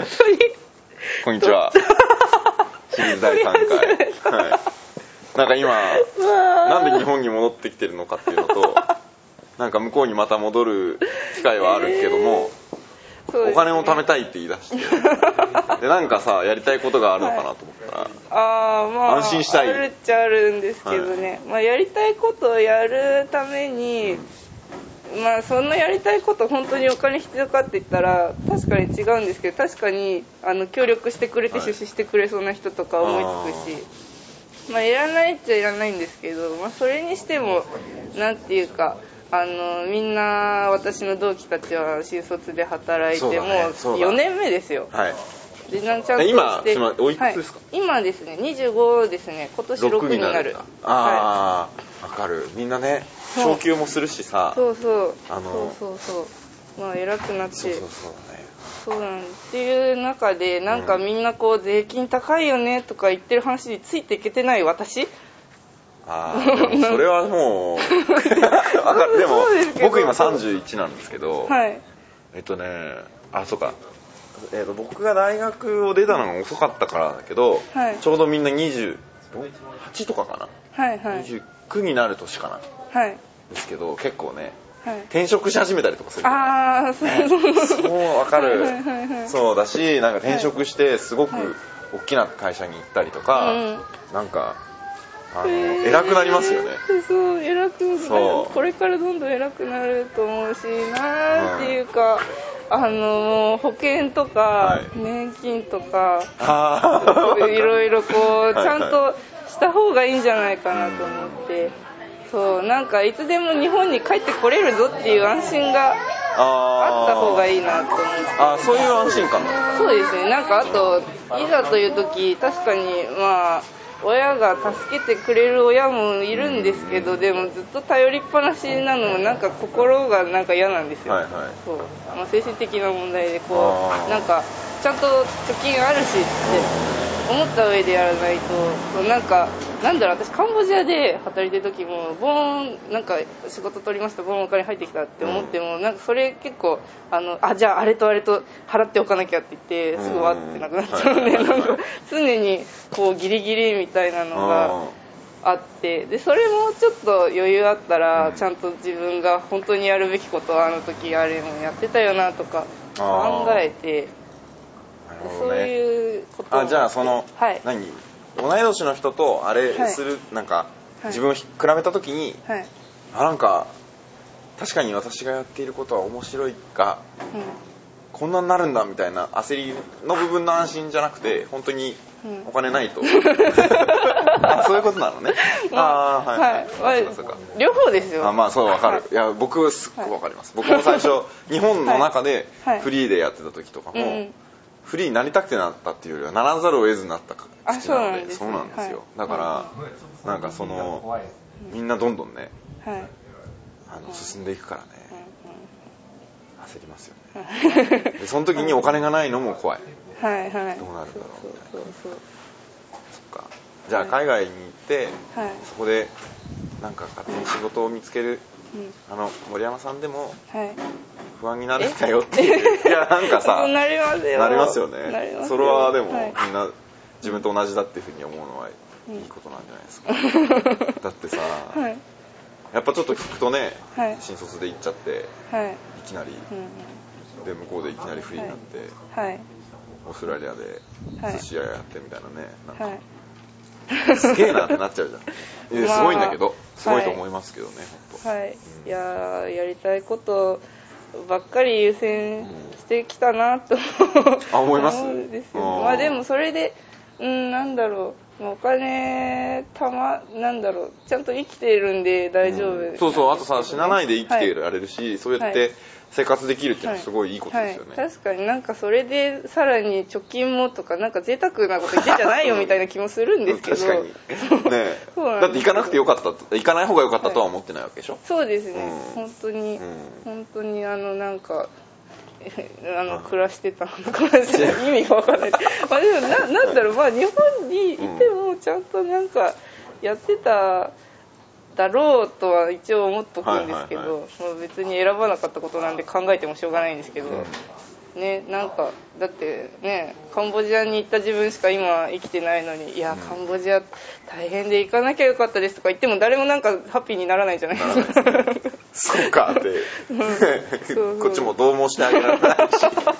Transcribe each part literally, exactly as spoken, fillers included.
こんにちは。シリーズだいさんかい、はい、なんか今なんで日本に戻ってきてるのかっていうのと、なんか向こうにまた戻る機会はあるけども、えーね、お金を貯めたいって言い出してでなんかさやりたいことがあるのかなと思ったら、はい、 あまあ、 安心したい。 あるっちゃあるんですけどね、はい、まあ、やりたいことをやるために、うん、まあそのやりたいこと本当にお金必要かって言ったら確かに違うんですけど、確かにあの協力してくれて出資してくれそうな人とか思いつくし、はい、まあいらないっちゃいらないんですけど、まあ、それにしてもなんていうかあのみんな私の同期たちは新卒で働いてもうよねんめですよ。はい、でなんちゃんとして今つまりおいくつですか？ はい、今ですねにじゅうごですね。今年ろくになる。 ああ、わかる。みんなね昇給もするしさ、 そうそうあのそうそうそうまあ偉くなってそうそうそうね。 そうなんっていう中でなんかみんなこう税金高いよねとか言ってる話についていけてない私。 ああ、でもそれはもうわかる。でも僕今さんじゅういちなんですけど、はい、えっとねあそうか、えっと僕が大学を出たのが遅かったからだけど、はい、ちょうどみんなにじゅうはちとかかな、はいはい、にじゅうきゅうになる年かな、はい、ですけど結構ね、はい、転職し始めたりとかする、ね、ああそうそうわかる、はいはいはい、そうだしなんか転職してすごく大きな会社に行ったりとか、はい、なんかあの偉くなりますよね。 そう偉くそうこれからどんどん偉くなると思うしなっていうか、はい、あの保険とか、はい、年金とかいろいろこうちゃんとした方がいいんじゃないかなと思って、はいはい、そうなんかいつでも日本に帰ってこれるぞっていう安心があった方がいいなと思って。 あそういう安心感。 そうですね。なんかあといざという時確かにまあ親が助けてくれる親もいるんですけど、でもずっと頼りっぱなしなのもなんか心がなんか嫌なんですよ、はいはい、そう、まあ、精神的な問題でこうなんかちゃんと貯金あるしって思った上でやらないと、なんかなんだろう私カンボジアで働いてる時もボーンなんか仕事取りましたボーンお金入ってきたって思っても、なんかそれ結構あのあじゃああれとあれと払っておかなきゃって言ってすぐわってなくなっちゃうんで、なんか常にこうギリギリみたいなのがあって、でそれもちょっと余裕あったらちゃんと自分が本当にやるべきことをあの時あれもやってたよなとか考えて、そういうことをあじゃあその、はい、何同い年の人とあれする、はい、なんか、はい、自分を比べた時に、はい、あなんか確かに私がやっていることは面白いが、うん、こんなになるんだみたいな焦りの部分の安心じゃなくて本当にお金ないと、うん、あそういうことなのね、まあ、あはいはい、はい、そうかそうか両方ですよ。 あまあそうわかる、はい、いや僕すっごくわかります、はい、僕も最初日本の中でフリーでやってた時とかも、はいはい、フリーになりたくてなったっていうよりはならざるを得ずになった時なので、そうなんですよ、はい、だから、はい、なんかそのみんなどんどんね、はい、あの進んでいくからね、焦りますよねでその時にお金がないのも怖い、はいはい、どうなるんだろうみたいな。そうそうそっか。じゃあ海外に行って、はい、そこでなんか勝手に仕事を見つける、うん、あの森山さんでも不安になるんだよっていういやなんかさなりますよなりますよね。それはでも、はい、みんな自分と同じだっていうふうに思うのはいいことなんじゃないですか、うん、だってさ、はい、やっぱちょっと聞くとね、はい、新卒で行っちゃって、はい、いきなり、うん、で向こうでいきなりフリーになって、はい、オーストラリアで寿司屋やってみたいなね、なんか、はい、すげえなってなっちゃうじゃん、まあ、すごいんだけどすごいと思いますけどね、はい、本当、はい、 うん、いややりたいことばっかり優先してきたなと、うん、 あ思います思うんですよ。まあでもそれで、うん、なんだろうお金たまなんだろうちゃんと生きているんで大丈夫、ね、うん、 そうそうあとさ死なないで生きてられるし、はい、そうやって生活できるっていうのはすごいいいことですよね、 はいはい、確かになんかそれでさらに貯金もとかなんか贅沢なこと言ってんじゃないよみたいな気もするんですけど確かにねだって行かなくてよかった行かない方がよかったとは思ってないわけでしょ、はい、 そうですね、うん、本当に、うん、本当にあのなんかあの暮らしてたのかもしれない意味が分からないまあでも な, なんだろうまあ日本にいてもちゃんとなんかやってただろうとは一応思っとくんですけど、はいはいはい、まあ、別に選ばなかったことなんで考えてもしょうがないんですけど、うん、 ね、なんかだってね、カンボジアに行った自分しか今生きてないのに、いや、うん、カンボジア大変で行かなきゃよかったですとか言っても誰もなんかハッピーにならないじゃないですか。 そうかって、うん、そうそうこっちもどうもしてあげられないし。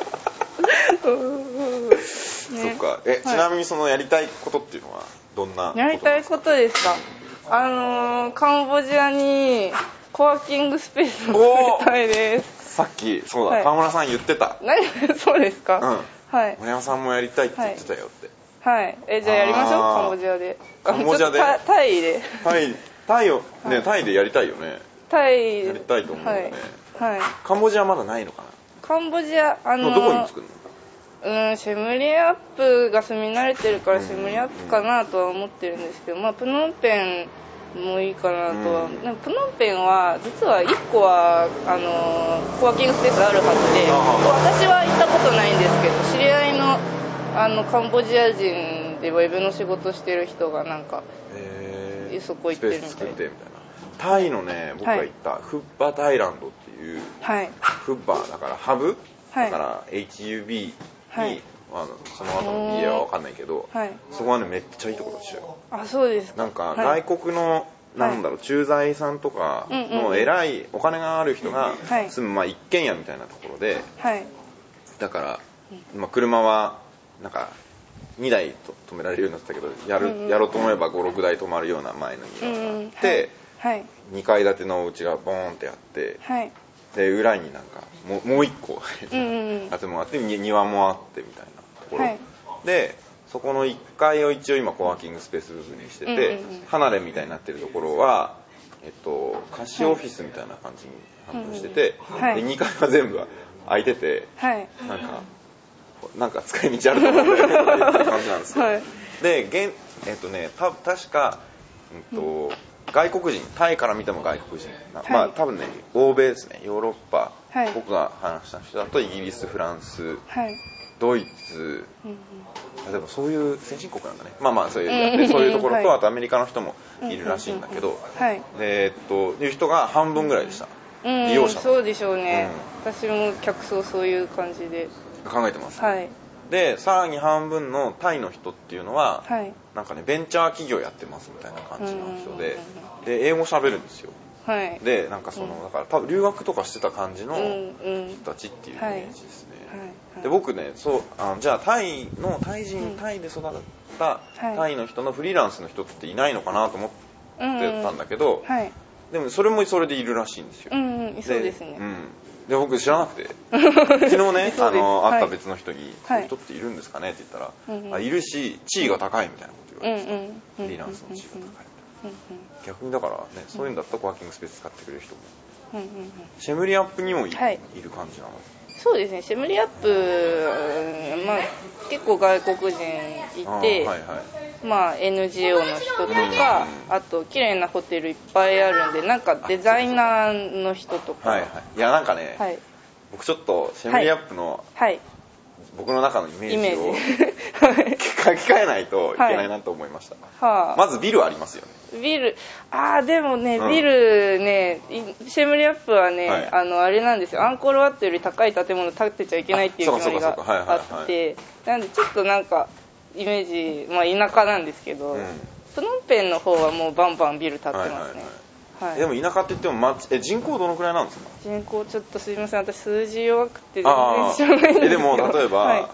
ね、そうか。え、ちなみにそのやりたいことっていうのはどんなことやりたいことですか。あのー、カンボジアにコワーキングスペースを作りたいです。 さっきそうだ、はい、川村さん言ってた。 何そうですか。 うん。はい。森山さんもやりたいって言ってたよって。 はい。はい、えじゃあやりましょう、カンボジアで。 カンボジアで。 タイで。 タイタイをね、はい、タイでやりたいよね。 タイやりたいと思うよね。 はい。はい、 カンボジアまだないのかな。 カンボジアあのー、 どこに作るの？ うん、シェムリアップが住み慣れてるからシェムリアップかなとは思ってるんですけど、まあプノンペンもういいかなとは、うん、なんかプノンペンは実はいっこはあのー、コワーキングスペースあるはずで、私は行ったことないんですけど、知り合いのあのカンボジア人でウェブの仕事してる人がなんか、えー、そこ行ってるみたいな。スペース作ってみたいな。 タイのね、僕が行った、はい、フッバタイランドっていう、はい、フッバだからハブ、はい、だから エイチユービー に、はい、あのその後の ビー は分かんないけど、はい、そこはねめっちゃいいところですよ。 あ、そうですか。 なんか外国の、はい、なんだろう、駐在さんとかの偉いお金がある人が住む、まあ、一軒家みたいなところで、はい、だから、まあ、車はなんかにだいと止められるようになってたけど、やる、うんうん、やろうと思えばご、ろくだい止まるような前の家があって、うんうん、はい、にかい建てのお家がボーンってあって、はい、で裏になんかもう、もう一個建物があって庭もあってみたいなところ、はい、でそこのいっかいを一応今コワーキングスペース部分にしてて、うんうんうん、離れみたいになってるところは、えっと、貸しオフィスみたいな感じに販売してて、はい、でにかいは全部空いてて、はい、なんかなんか使い道あると思うんだよねっていう感じなんですよ、はい、で現えっとねた確か、うんとうん外国人、タイから見ても外国人、はい、まあ多分ね欧米ですね、ヨーロッパ、はい、僕が話した人だとイギリス、フランス、はい、ドイツ、うん、でもそういう先進国なんだね。まあまあそういう、うん、そういうところと、はい、あとアメリカの人もいるらしいんだけど、はい、でえっという人が半分ぐらいでした。 うん、利用者。そうでしょうね。うん、私も客層そういう感じで考えてます。はい。でさらに半分のタイの人っていうのは、はい、なんかねベンチャー企業やってますみたいな感じの人で、で英語喋るんですよ、はい、でなんかその、うん、だから多分留学とかしてた感じの人たちっていうイメージですね、はいはいはい、で僕ねそうあのじゃあタイのタイ人、うん、タイで育ったタイの人のフリーランスの人っていないのかなと思ってたんだけど、はい、でもそれもそれでいるらしいんですよ、 うんうん、そうですね、 うんで僕知らなくて昨日ねあの会った別の人に、はい、そういう人っているんですかねって言ったら、はい、あいるし地位が高いみたいなこと言われてた、うんうん、フリーランスの地位が高いみたいな、うんうん、逆にだからねそういうんだったらコワーキングスペース使ってくれる人も、うんうんうん、シェムリアップにも い,、はい、いる感じなの。 そうですね、シェムリアップ、まあ、結構外国人いて、はいはい、まあ、エヌジーオー の人とか、うん、あと綺麗なホテルいっぱいあるんで、なんかデザイナーの人とか、 はいはい、いやなんかね、はい、僕ちょっとシェムリアップの、はい、僕の中のイメージを書き換えないといけないなと思いました、はい、まずビルありますよね。 ビル、ああでもね、うん、ビルね、シェムリアップはね、はい、あのあれなんですよ、アンコールワットより高い建物建てちゃいけないっていう決まりがあって、なんでちょっとなんかイメージ、まあ、田舎なんですけど、うん、プノンペンの方はもうバンバンビル建ってますね、はいはいはいはい、でも田舎って言っても、ま、え人口どのくらいなんですか？ 人口ちょっとすいません、私数字弱くて全然知らないんですけど。 えでも例えば、はい、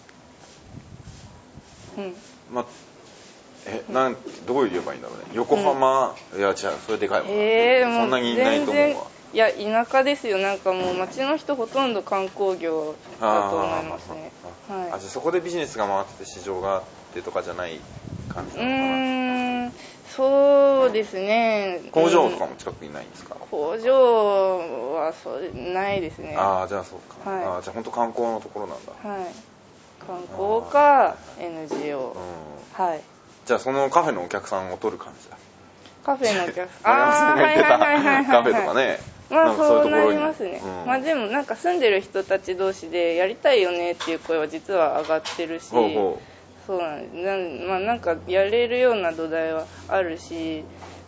うんま、えなんどう言えばいいんだろうね、横浜、うん、いや違うそれでかいわ、えー、そんなにいないと思うわ。 いや田舎ですよ、なんかもう町の人ほとんど観光業だと思いますね。 あ、はい、あじゃあそこでビジネスが回ってて市場があってとかじゃない感じなのかな。うーんそうですね。 工場とかも近くにないんですか？ 工場はそうないですね。 ああじゃあそうか、はい、あじゃあ本当観光のところなんだ。 はい。観光か エヌジーオー、うん、はい。 じゃあそのカフェのお客さんを取る感じだ。 カフェのお客さんああはいはいはいはいカフェとかね。 まあそうなりますね、うん、まあでもなんか住んでる人たち同士でやりたいよねっていう声は実は上がってるし、ほうほうそうなんです。な、まあ、なんかやれるような土台はあるし、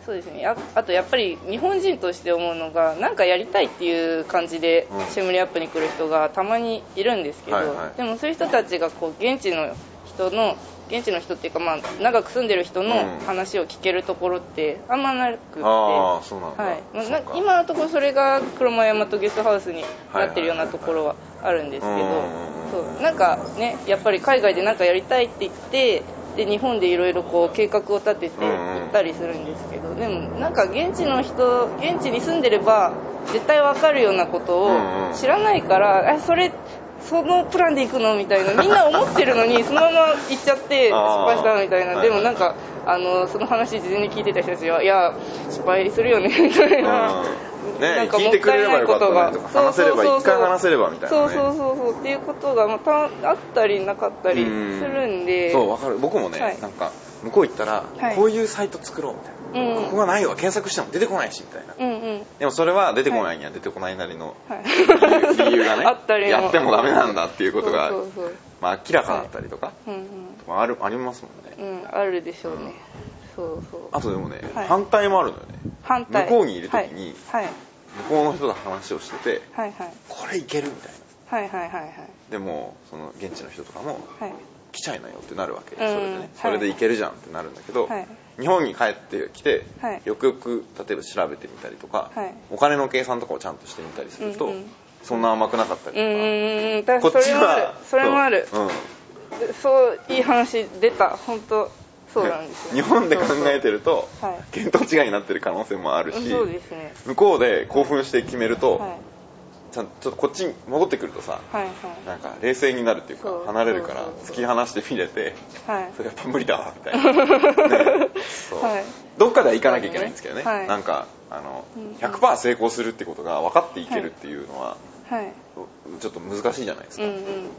そうですね。 あ, あとやっぱり日本人として思うのが、なんかやりたいっていう感じでシェムリアップに来る人がたまにいるんですけど、はいはい、でもそういう人たちがこう現地の人の現地の人っていうか、まあ、長く住んでる人の話を聞けるところってあんまなくて、うん、 あそうなんだ、はい、 な今のところそれが黒間山とゲストハウスになってるようなところはあるんですけど、そうなんかね、やっぱり海外でなんかやりたいって言ってで日本でいろいろこう計画を立てて行ったりするんですけど、でもなんか現地の人現地に住んでれば絶対分かるようなことを知らないから、えそれそのプランで行くのみたいなみんな思ってるのにそのまま行っちゃって失敗したみたいな。でもなんかあのその話事前に聞いてた人たちは、いや失敗するよねみたいな、 ね、なんかもったいないことが話せれば一回話せればみたいな、ね、 そうそうそうそうっていうことがまたあったりなかったりするんで、 そう分かる。僕もね、はい、なんか向こう行ったら、はい、こういうサイト作ろうみたいな、うん、ここがないわ検索しても出てこないしみたいな、うんうん、でもそれは出てこないには出てこないなりの理由がね、はい、やってもダメなんだっていうことがそうそうそう、まあ、明らかだったりとか、はいうんうん、あるありますもんね、 うん、あるでしょうね、うん、そうそう。 あとでもね、はい、反対もあるのよね。 反対向こうにいる時に、はいはい、向こうの人と話をしてて、はいはい、これいけるみたいな、はいはいはいはい、でもその現地の人とかも、はい、来ちゃいなよってなるわけ、うん、それでね、それでいけるじゃんってなるんだけど、はい、日本に帰ってきて、はい、よくよく例えば調べてみたりとか、はい、お金の計算とかをちゃんとしてみたりすると、うんうん、そんな甘くなかったりとか、うんだこっちはそれもある、それもある、うん、そういい話出た本当そうなんですよ。 日本で考えてると見当違いになってる可能性もあるし、 そうですね、 向こうで興奮して決めると、はい、ちゃんとちょっとこっちに戻ってくるとさ、はいはい、なんか冷静になるっていうか離れるから突き放してみれて、はい、それやっぱ無理だわみたいな、ねそうはい、どっかでは行かなきゃいけないんですけどね、はい、なんかあの ひゃくパーセント 成功するってことが分かっていけるっていうのは、はい、ちょっと難しいじゃないですか、うんうん、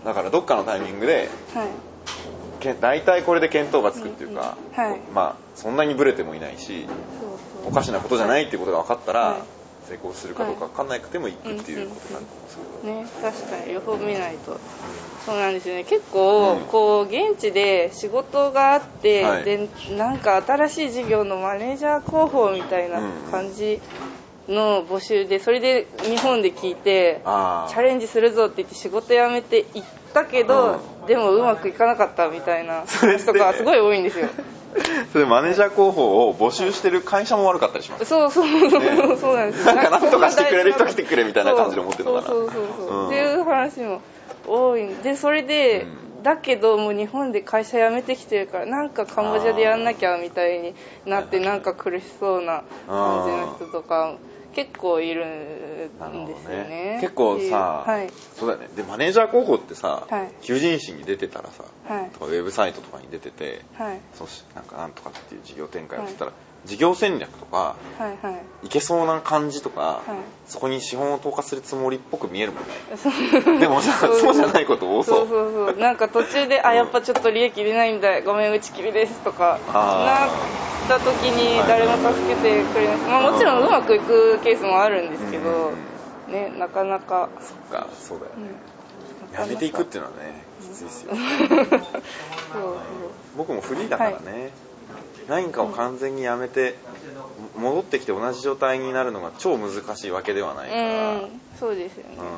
だからどっかのタイミングで、はい、大体これで見当がつくっていうか、うんうんはい、まあそんなにブレてもいないし、そうそうおかしなことじゃないっていうことが分かったら、はい、成功するかどうか分かんなくても行くっていうことになるんですけど、 うんうんうんね、確かに両方見ないと、うん、そうなんですよね。結構、うん、こう現地で仕事があって、はい、でなんか新しい事業のマネージャー候補みたいな感じの募集で、それで日本で聞いてチャレンジするぞって言って仕事辞めて行ったけど、うん、でもうまくいかなかったみたいな人とかすごい多いんですよ。 それマネージャー候補を募集してる会社も悪かったりします。 そうそうそう、ね、そうなんですよ。 なんかなんとかしてくれる人来てくれみたいな感じで思ってるのかな。 そうそうそうそう、うん、っていう話も多いんで、それで、うん、だけどもう日本で会社辞めてきてるからなんかカンボジアでやんなきゃみたいになってなんか苦しそうな感じの人とか結構いるんですよ ね, ね結構さ、はい、そうだよね。でマネージャー候補ってさ、はい、求人誌に出てたらさ、はい、とかウェブサイトとかに出てて、はい、そうしなんかなんとかっていう事業展開をしてたら、はい、事業戦略とか、はいはい、いけそうな感じとか、はい、そこに資本を投下するつもりっぽく見えるもんね。でもさそうじゃないこと多そう。 そうそうそう、なんか途中であやっぱちょっと利益出ないんだごめん打ち切りですとかなった時に誰も助けてくれない、まあ、もちろんうまくいくケースもあるんですけど、うん、ね、なかなかそっかそうだよね、うん、やめていくっていうのはねきついですよ、ね、そうそう僕もフリーだからね、はい、何かを完全にやめて戻ってきて同じ状態になるのが超難しいわけではないから、うん、 そうですよね、うんうん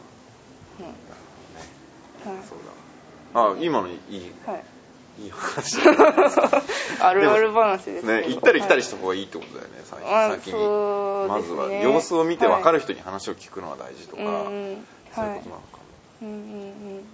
はい、そうだあ今のいい、はいいい話あるある話ですね。行ったり来たりした方がいいってことだよね、はい、先に、ね、まずは様子を見て分かる人に話を聞くのは大事とか、はい、そういうことなのか、うんうんうんうん、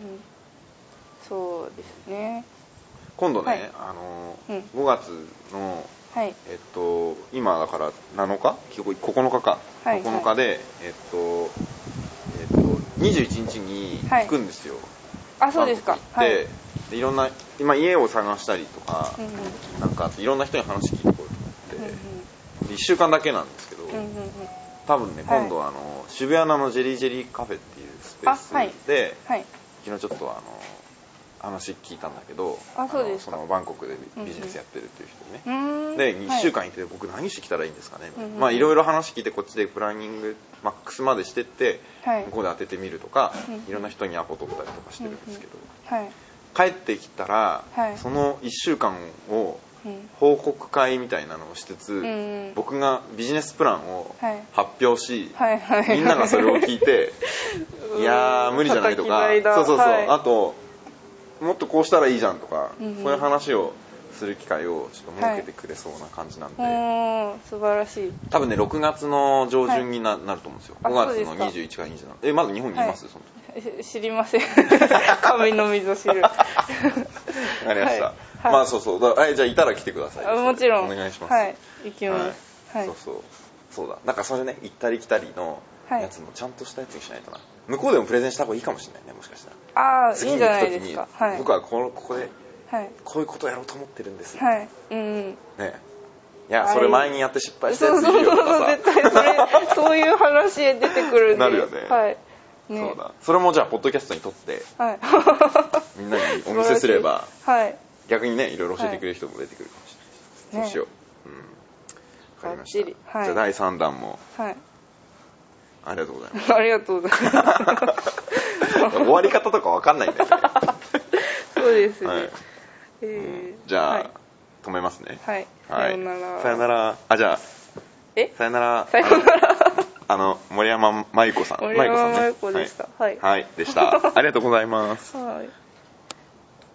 そうですね。 今度ね、はい、あの、うん、ごがつの、はい、えっと今だからなのかここのかか、はい、ここのかで、えっとえっとにじゅういちにちに行くんですよ、 はい、あそうですか。 はい、でいろんな今家を探したりとか、うんうん、なんかいろんな人に話聞いてこようと思って、うんうん、いっしゅうかんだけなんですけど、うんうんうん、多分ね今度はあの、はい、渋谷のジェリージェリーカフェっていうスペースで、はいはい、昨日ちょっとあの話聞いたんだけど、 あそうですか。あのそのバンコクでビジネスやってるっていう人ね、うんうん、でいっしゅうかんいて僕何してきたらいいんですかね、はい、まあいろいろ話聞いてこっちでプランニングマックスまでしてって、はい、向こうで当ててみるとか、うん、いろんな人にアポ取ったりとかしてるんですけど、うんうんはい、帰ってきたら、はい、そのいっしゅうかんを報告会みたいなのをしつつ、うん、僕がビジネスプランを発表し、はいはいはい、みんながそれを聞いていやー無理じゃないとか、そうそうそう、はい、あともっとこうしたらいいじゃんとか、うん、そういう話をする機会をちょっと設けてくれそうな感じなんで、 はい、素晴らしい。 多分ねろくがつの上旬に な,、はい、なると思うんですよ。ごがつのにじゅういちからにじゅうなな、えまだ日本にいます、はい、その時知りません神のみぞ知る。 わかりました、はい、まあそうそうだ、はい、じゃあいたら来てください。 もちろんお願いします。 はい、行きます、はいはい、そうそうそうだ、なんかそれね行ったり来たりのやつもちゃんとしたやつにしないとな。向こうでもプレゼンした方がいいかもしれないね、もしかしたら。 ああ、いいんじゃないですか。はい、 僕はこのここではい、こういうことをやろうと思ってるんです、 はい、うん、 ね、いや、それ前にやって失敗したやついるよとかさ、 絶対それそういう話出てくるんでなるよね、 はいね、そうだ、それもじゃあポッドキャストにとって、はい、みんなにお見せすれば、はい、逆にねいろいろ教えてくれる人も出てくるかもしれない、はい、そうしよう、うん、分かりました、はい、じゃあだいさんだんも、はい、ありがとうございます。 ありがとうございます終わり方とか分かんないんだよね。 そうですね、はい、 えー、じゃあ、はい、止めますね。 はい。さよなら。 さよなら。あ、じゃあ、 えさよなら。 さよなら。 あの、森山真由子さん。 森山真由子でした。はい。 はい、はい、でした。ありがとうございます。 はい。